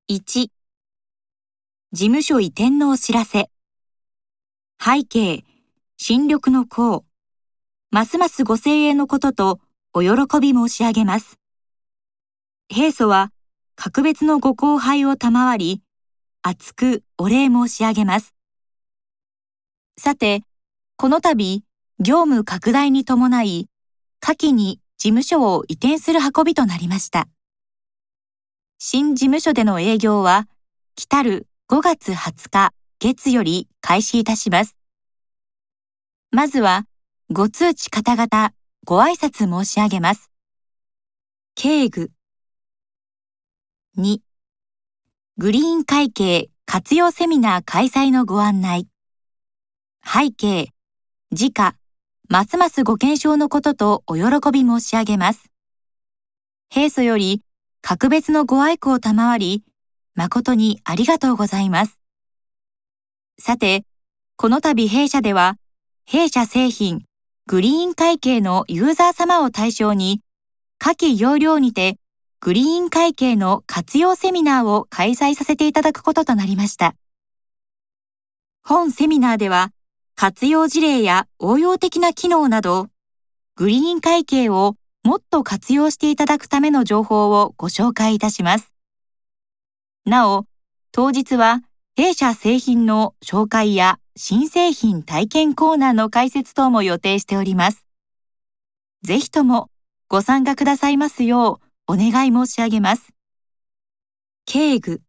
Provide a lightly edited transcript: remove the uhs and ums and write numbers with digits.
1、事務所移転のお知らせ。背景、新緑の功。ますますご声援のこととお喜び申し上げます。平素は格別のご厚配を賜り、厚くお礼申し上げます。さて、この度、業務拡大に伴い、下記に事務所を移転する運びとなりました。新事務所での営業は、来たる5月20日月より開始いたします。まずは、ご通知方々、ご挨拶申し上げます。警具。2、グリーン会計活用セミナー開催のご案内。背景、時価、ますますご健勝のこととお喜び申し上げます。平素より、格別のご愛顧を賜り、誠にありがとうございます。さて、この度弊社では、弊社製品、グリーン会計のユーザー様を対象に、下記要領にて、グリーン会計の活用セミナーを開催させていただくこととなりました。本セミナーでは、活用事例や応用的な機能など、グリーン会計をもっと活用していただくための情報をご紹介いたします。なお、当日は弊社製品の紹介や新製品体験コーナーの開設等も予定しております。ぜひともご参加くださいますようお願い申し上げます。警具。